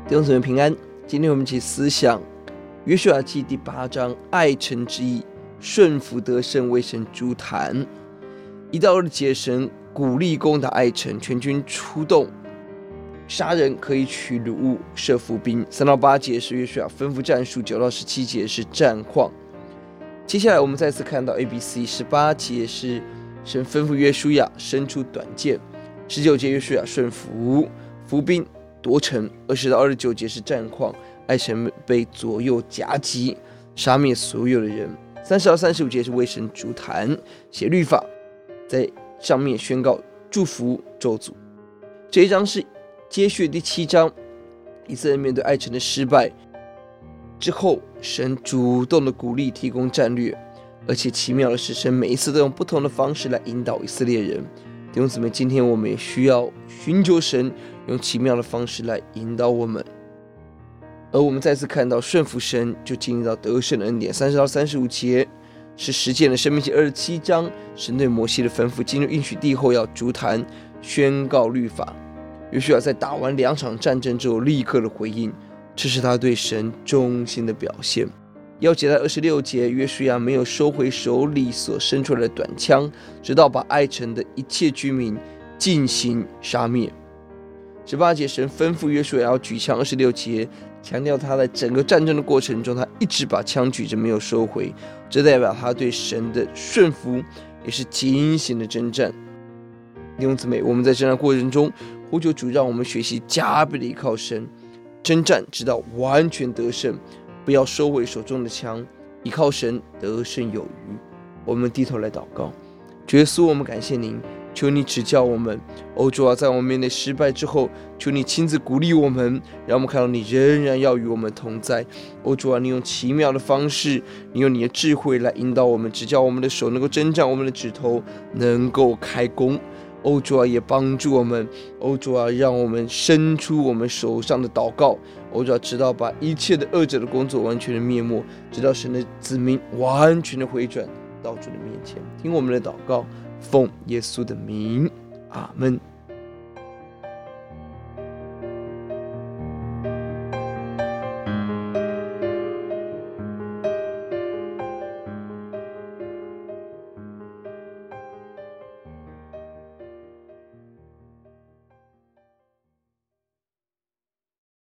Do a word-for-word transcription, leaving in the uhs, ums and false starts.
弟兄姊妹平安，今天我们一起思想约书亚记第八章爱城之意，顺服得胜为神诸坛。一到二节，神鼓励攻打爱城，全军出动，杀人可以取掳物，设伏兵。三到八节是约书亚吩咐战术，九到十七节是战况。接下来我们再次看到 A B C， 十八节是神吩咐约书亚伸出短剑，十九节约书亚顺服，伏兵夺城。二十到二十九节是战况，爱城被左右夹击，杀灭所有的人。三十到三十五节是为神筑坛，写律法，在上面宣告祝福咒诅。这一章是接续第七章，以色列面对爱城的失败之后，神主动的鼓励提供战略，而且奇妙的是，神每一次都用不同的方式来引导以色列人。弟兄姊妹，今天我们也需要寻求神用奇妙的方式来引导我们。而我们再次看到顺服神，就进入到得胜的恩典。三十到三十五节是实践了申命记二十七章神对摩西的吩咐，进入应许地后要筑坛，宣告律法。约书亚在打完两场战争之后立刻的回应，这是他对神忠心的表现。要解在二十六节，约书亚没有收回手里所伸出来的短枪，直到把爱城的一切居民进行杀灭。十八节，神吩咐约书亚要举枪。二十六节强调他在整个战争的过程中，他一直把枪举着没有收回，这代表他对神的顺服，也是警醒的征战。弟兄姊妹，我们在征战过程中呼求主，让我们学习加倍的依靠神，征战直到完全得胜，不要收回手中的枪，依靠神得胜有余。我们低头来祷告。主耶稣，我们感谢您，求你指教我们。哦，主啊，在我们面对失败之后，求你亲自鼓励我们，让我们看到你仍然要与我们同在。哦，主啊，你用奇妙的方式，你用你的智慧来引导我们，指教我们的手能够征战，我们的指头能够开弓。哦，主啊，也帮助我们。哦，主啊，让我们伸出我们手上的祷告。哦，主啊，直到把一切的恶者的工作完全的灭没，直到神的子民完全的回转到主的面前。听我们的祷告，奉耶稣的名，阿们。